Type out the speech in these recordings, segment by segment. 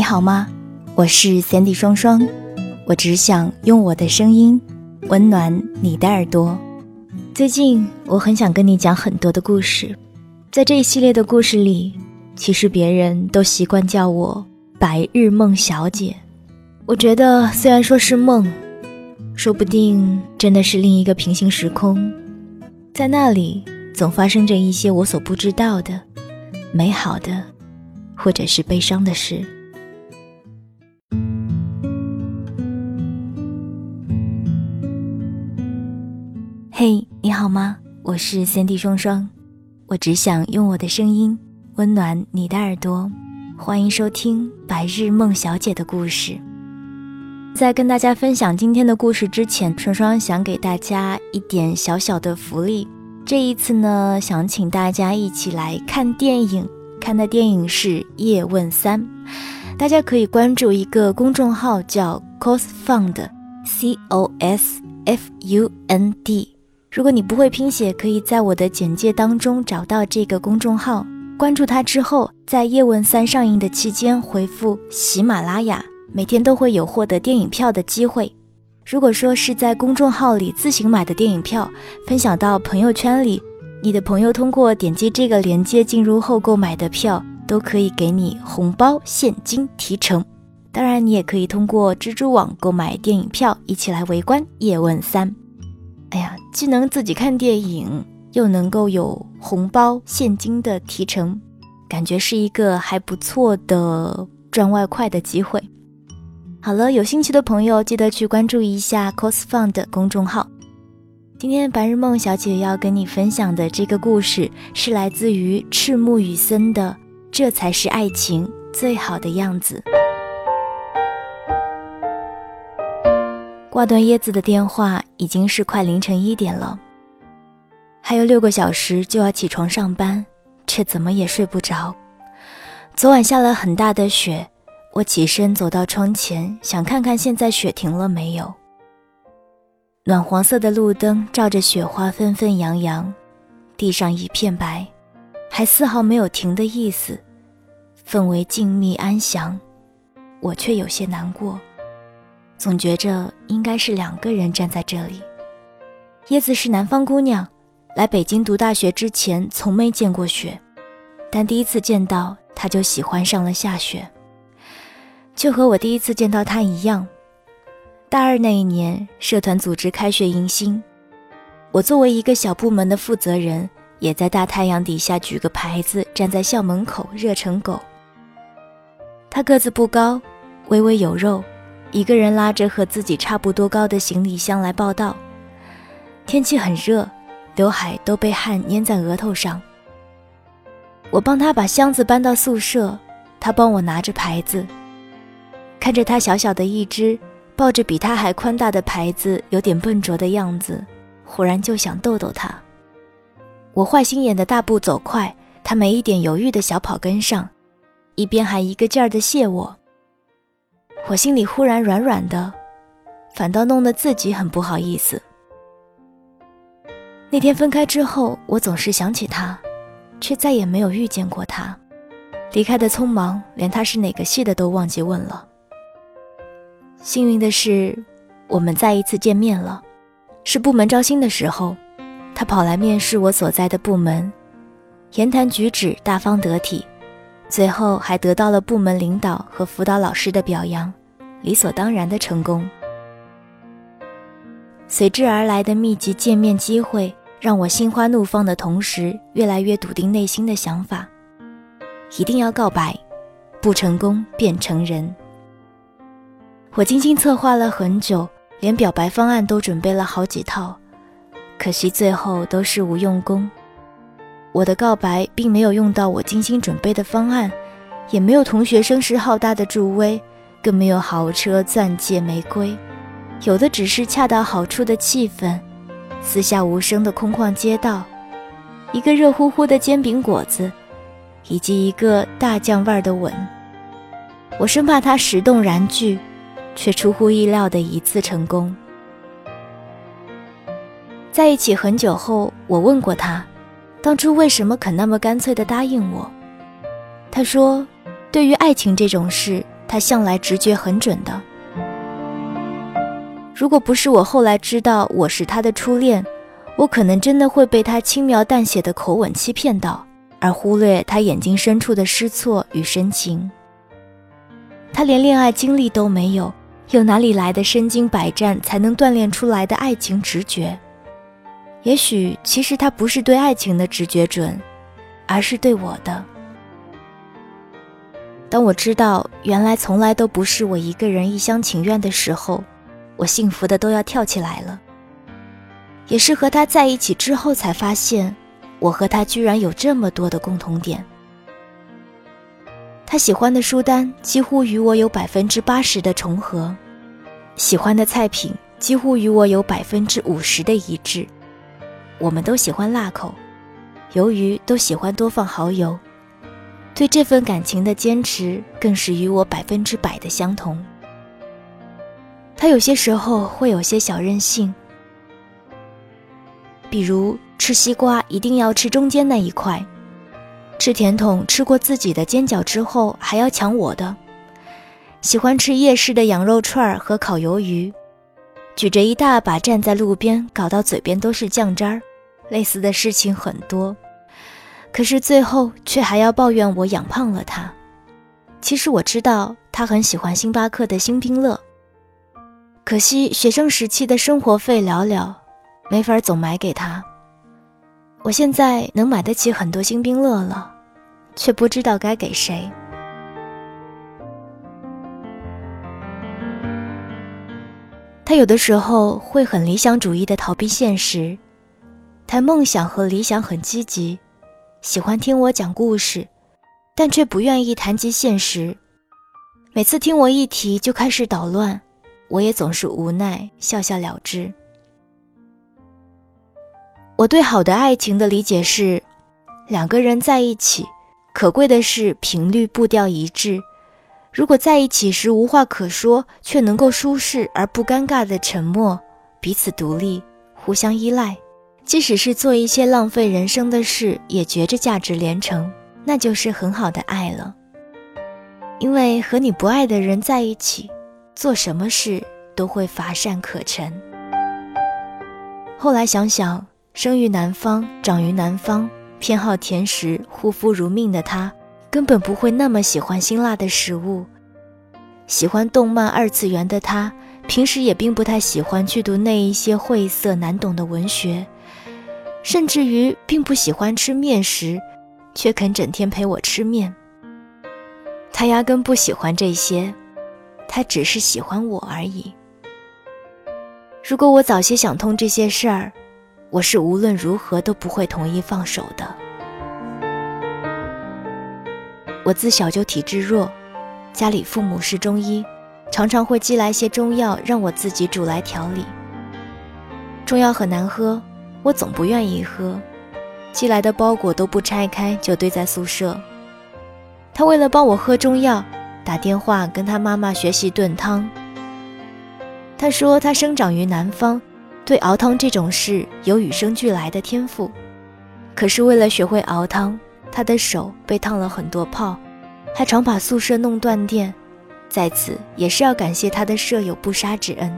好吗？我是 Sandy 双双，我只想用我的声音温暖你的耳朵。最近我很想跟你讲很多的故事，在这一系列的故事里，其实别人都习惯叫我白日梦小姐。我觉得虽然说是梦，说不定真的是另一个平行时空，在那里总发生着一些我所不知道的美好的或者是悲伤的事。嘿，你好吗？我是 Sandy 双双，我只想用我的声音温暖你的耳朵。欢迎收听白日梦小姐的故事。在跟大家分享今天的故事之前，双双想给大家一点小小的福利。这一次呢，想请大家一起来看电影，看的电影是《叶问3》。大家可以关注一个公众号叫 COSFUND COSFUND， 如果你不会拼写，可以在我的简介当中找到这个公众号，关注它之后，在《叶问3》上映的期间回复喜马拉雅，每天都会有获得电影票的机会。如果说是在公众号里自行买的电影票，分享到朋友圈里，你的朋友通过点击这个链接进入后购买的票，都可以给你红包现金提成。当然你也可以通过蜘蛛网购买电影票，一起来围观《叶问3》。哎呀，既能自己看电影，又能够有红包现金的提成，感觉是一个还不错的赚外快的机会。好了，有兴趣的朋友记得去关注一下 COSFUND 的公众号。今天白日梦小姐要跟你分享的这个故事是来自于赤木雨森的《这才是爱情最好的样子》。挂断椰子的电话已经是快凌晨1点了，还有6个小时就要起床上班，却怎么也睡不着。昨晚下了很大的雪，我起身走到窗前，想看看现在雪停了没有。暖黄色的路灯照着雪花纷纷扬扬，地上一片白，还丝毫没有停的意思，氛围静谧安详，我却有些难过，总觉着应该是2个人站在这里。椰子是南方姑娘，来北京读大学之前从没见过雪，但第一次见到她就喜欢上了下雪，就和我第一次见到她一样。大2那一年，社团组织开学迎新，我作为一个小部门的负责人，也在大太阳底下举个牌子，站在校门口热成狗。她个子不高，微微有肉，一个人拉着和自己差不多高的行李箱来报到。天气很热，刘海都被汗粘在额头上。我帮她把箱子搬到宿舍，她帮我拿着牌子。看着她小小的一只，抱着比她还宽大的牌子，有点笨拙的样子，忽然就想逗逗她。我坏心眼的大步走快，她没一点犹豫的小跑跟上，一边还一个劲儿的谢我。我心里忽然软软的，反倒弄得自己很不好意思。那天分开之后，我总是想起她，却再也没有遇见过她。离开的匆忙，连她是哪个系的都忘记问了。幸运的是，我们再一次见面了，是部门招新的时候，她跑来面试我所在的部门，言谈举止大方得体，最后还得到了部门领导和辅导老师的表扬，理所当然的成功。随之而来的密集见面机会，让我心花怒放的同时，越来越笃定内心的想法，一定要告白，不成功便成仁。我精心策划了很久，连表白方案都准备了好几套，可惜最后都是无用功。我的告白并没有用到我精心准备的方案，也没有同学声势浩大的助威，更没有豪车、钻戒、玫瑰，有的只是恰到好处的气氛，四下无声的空旷街道，一个热乎乎的煎饼果子，以及一个大酱味的吻。我生怕他石动燃具，却出乎意料的一次成功。在一起很久后，我问过他，当初为什么肯那么干脆地答应我。他说，对于爱情这种事， 他向来直觉很准的。如果不是我后来知道我是他的初恋，我可能真的会被他轻描淡写的口吻欺骗到，而忽略他眼睛深处的失措与深情。他连恋爱经历都没有，又哪里来的身经百战才能锻炼出来的爱情直觉？也许其实他不是对爱情的直觉准，而是对我的。当我知道原来从来都不是我一个人一厢情愿的时候，我幸福的都要跳起来了。也是和他在一起之后才发现，我和他居然有这么多的共同点。他喜欢的书单几乎与我有 80% 的重合，喜欢的菜品几乎与我有 50% 的一致。我们都喜欢辣口，鱿鱼都喜欢多放蚝油，对这份感情的坚持更是与我100%的相同。他有些时候会有些小任性，比如吃西瓜一定要吃中间那一块，吃甜筒吃过自己的尖角之后还要抢我的，喜欢吃夜市的羊肉串和烤鱿鱼，举着一大把站在路边搞到嘴边都是酱汁儿，类似的事情很多，可是最后却还要抱怨我养胖了他。其实我知道他很喜欢星巴克的星冰乐，可惜学生时期的生活费寥寥，没法总买给他。我现在能买得起很多星冰乐了，却不知道该给谁。他有的时候会很理想主义地逃避现实，他梦想和理想很积极，喜欢听我讲故事，但却不愿意谈及现实。每次听我一提就开始捣乱，我也总是无奈笑笑了之。我对好的爱情的理解是，两个人在一起，可贵的是频率步调一致。如果在一起时无话可说，却能够舒适而不尴尬的沉默，彼此独立，互相依赖，即使是做一些浪费人生的事，也觉着价值连城，那就是很好的爱了。因为和你不爱的人在一起，做什么事都会乏善可陈。后来想想，生于南方，长于南方，偏好甜食，护肤如命的他，根本不会那么喜欢辛辣的食物。喜欢动漫二次元的他，平时也并不太喜欢去读那一些晦涩难懂的文学，甚至于并不喜欢吃面食，却肯整天陪我吃面。他压根不喜欢这些，他只是喜欢我而已。如果我早些想通这些事儿，我是无论如何都不会同意放手的。我自小就体质弱，家里父母是中医，常常会寄来些中药让我自己煮来调理。中药很难喝，我总不愿意喝，寄来的包裹都不拆开就堆在宿舍。他为了帮我喝中药，打电话跟他妈妈学习炖汤。他说他生长于南方，对熬汤这种事有与生俱来的天赋，可是为了学会熬汤，他的手被烫了很多泡，还常把宿舍弄断电，在此也是要感谢他的舍友不杀之恩。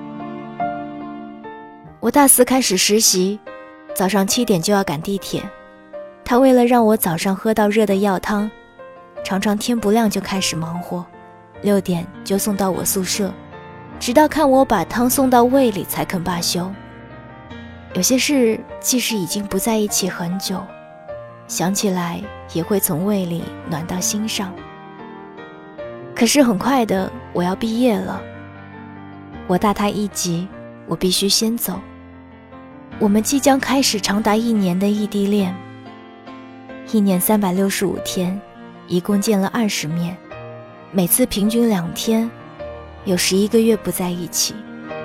我大4开始实习，早上7点就要赶地铁，他为了让我早上喝到热的药汤，常常天不亮就开始忙活，6点就送到我宿舍，直到看我把汤送到胃里才肯罢休。有些事即使已经不在一起很久，想起来也会从胃里暖到心上。可是很快的，我要毕业了，我大他1级，我必须先走。我们即将开始长达1年的异地恋，1年365天，一共见了20面，每次平均2天，有11个月不在一起。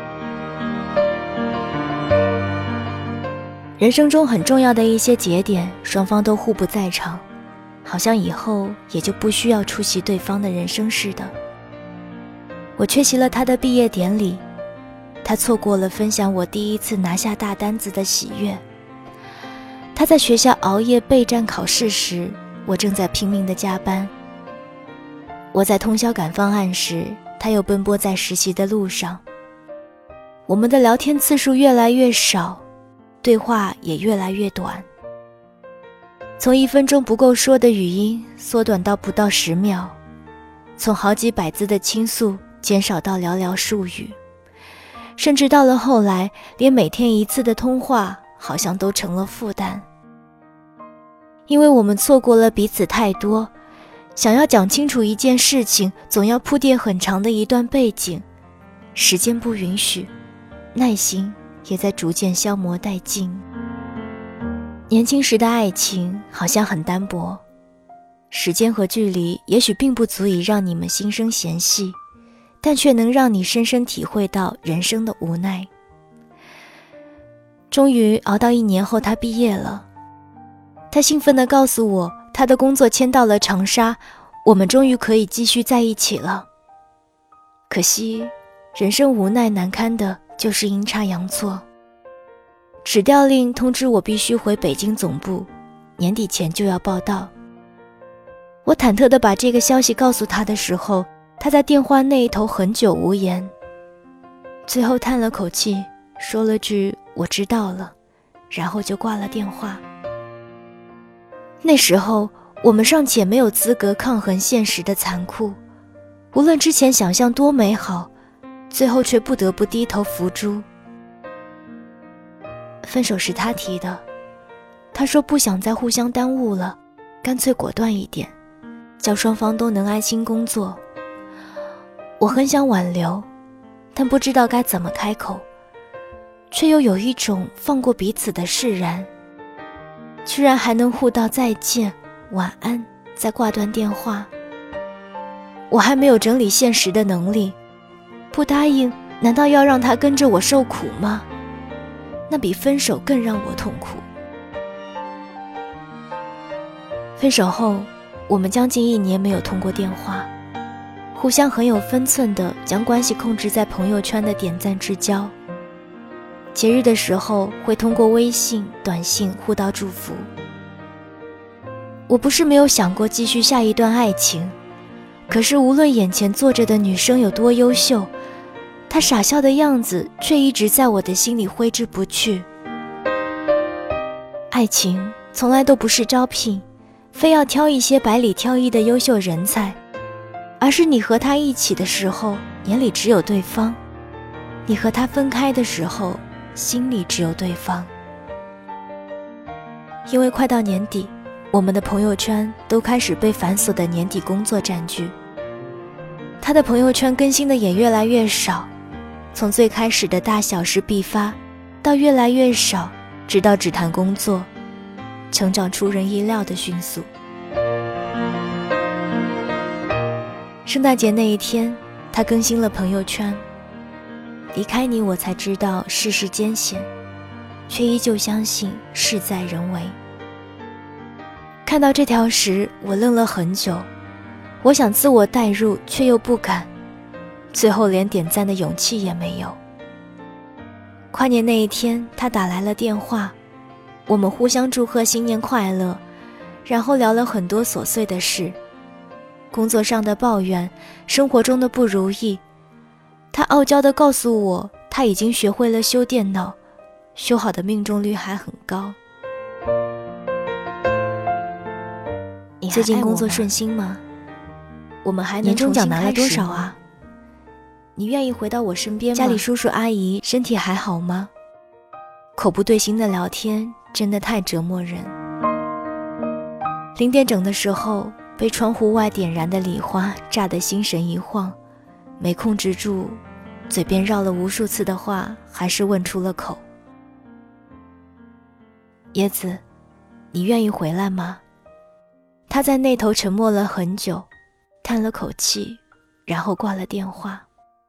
人生中很重要的一些节点，双方都互不在场，好像以后也就不需要出席对方的人生似的。我缺席了他的毕业典礼，他错过了分享我第一次拿下大单子的喜悦。他在学校熬夜备战考试时，我正在拼命的加班。 我在通宵赶方案时，他又奔波在实习的路上。我们的聊天次数越来越少，对话也越来越短，从1分钟不够说的语音缩短到不到10秒，从好几百字的倾诉减少到寥寥数语，甚至到了后来，连每天1次的通话好像都成了负担。因为我们错过了彼此太多，想要讲清楚一件事情，总要铺垫很长的一段背景，时间不允许，耐心也在逐渐消磨殆尽。年轻时的爱情好像很单薄，时间和距离也许并不足以让你们心生嫌隙，但却能让你深深体会到人生的无奈。终于熬到1年后，他毕业了。他兴奋地告诉我，他的工作迁到了长沙，我们终于可以继续在一起了。可惜，人生无奈难堪的就是阴差阳错。指调令通知我必须回北京总部，年底前就要报到。我忐忑地把这个消息告诉他的时候，他在电话那一头很久无言，最后叹了口气，说了句我知道了，然后就挂了电话。那时候我们尚且没有资格抗衡现实的残酷，无论之前想象多美好，最后却不得不低头服输。分手是他提的，他说不想再互相耽误了，干脆果断一点，叫双方都能安心工作。我很想挽留，但不知道该怎么开口，却又有一种放过彼此的释然，居然还能互道再见晚安再挂断电话。我还没有整理现实的能力，不答应难道要让他跟着我受苦吗？那比分手更让我痛苦。分手后我们将近1年没有通过电话，互相很有分寸地将关系控制在朋友圈的点赞之交，节日的时候会通过微信短信互道祝福。我不是没有想过继续下一段爱情，可是无论眼前坐着的女生有多优秀，她傻笑的样子却一直在我的心里挥之不去。爱情从来都不是招聘，非要挑一些百里挑一的优秀人才，而是你和他一起的时候，眼里只有对方；你和他分开的时候，心里只有对方。因为快到年底，我们的朋友圈都开始被繁琐的年底工作占据，他的朋友圈更新的也越来越少，从最开始的大小事必发，到越来越少，直到只谈工作，成长出人意料的迅速。圣诞节那一天，他更新了朋友圈，离开你我才知道世事艰险，却依旧相信事在人为。看到这条时，我愣了很久，我想自我代入，却又不敢，最后连点赞的勇气也没有。跨年那一天，他打来了电话，我们互相祝贺新年快乐，然后聊了很多琐碎的事，工作上的抱怨，生活中的不如意。他傲娇地告诉我，他已经学会了修电脑，修好的命中率还很高。你最近工作顺心吗？我们还能年终奖拿了多少啊？你愿意回到我身边吗？家里叔叔阿姨身体还好吗？口不对心的聊天真的太折磨人。0点整的时候，被窗户外点燃的礼花炸得心神一晃，没控制住，嘴边绕了无数次的话还是问出了口。椰子，你愿意回来吗？他在那头沉默了很久，叹了口气，然后挂了电话。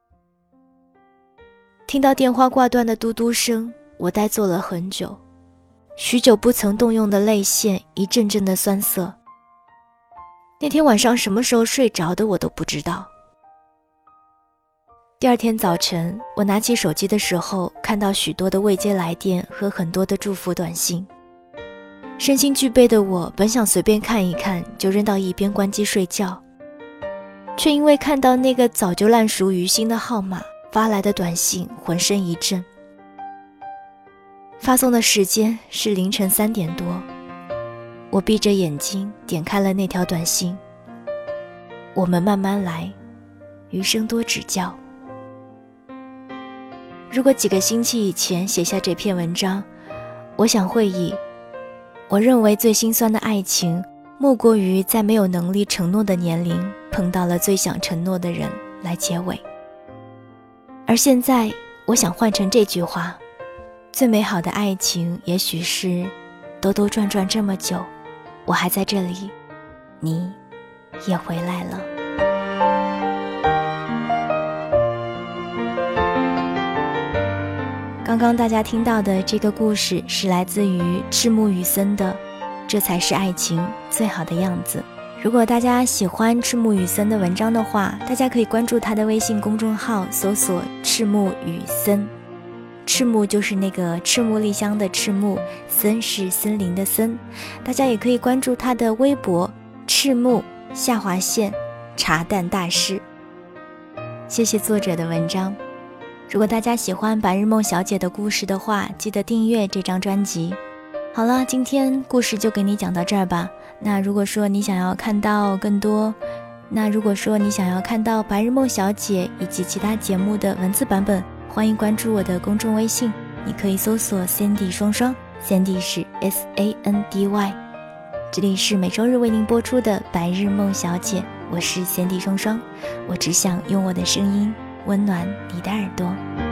听到电话挂断的嘟嘟声，我呆坐了很久，许久不曾动用的泪腺一阵阵的酸涩。那天晚上什么时候睡着的我都不知道。第二天早晨，我拿起手机的时候，看到许多的未接来电和很多的祝福短信。身心俱备的我本想随便看一看，就扔到一边关机睡觉。 却因为看到那个早就烂熟于心的号码发来的短信，浑身一震。发送的时间是凌晨3点多，我闭着眼睛点开了那条短信：我们慢慢来，余生多指教。如果几个星期以前写下这篇文章，我想会以我认为最心酸的爱情莫过于在没有能力承诺的年龄碰到了最想承诺的人来结尾。而现在我想换成这句话：最美好的爱情也许是兜兜转转这么久，我还在这里，你也回来了。刚刚大家听到的这个故事是来自于赤木雨森的《这才是爱情最好的样子》。如果大家喜欢赤木雨森的文章的话，大家可以关注他的微信公众号，搜索赤木雨森。赤木就是那个赤木丽香的赤木，森是森林的森。大家也可以关注他的微博赤木_茶蛋大师。谢谢作者的文章。如果大家喜欢白日梦小姐的故事的话，记得订阅这张专辑。好了，今天故事就给你讲到这儿吧。那如果说你想要看到白日梦小姐以及其他节目的文字版本，欢迎关注我的公众微信，你可以搜索 Sandy 双双，Sandy 是 SANDY。这里是每周日为您播出的白日梦小姐，我是Sandy双双，我只想用我的声音温暖你的耳朵。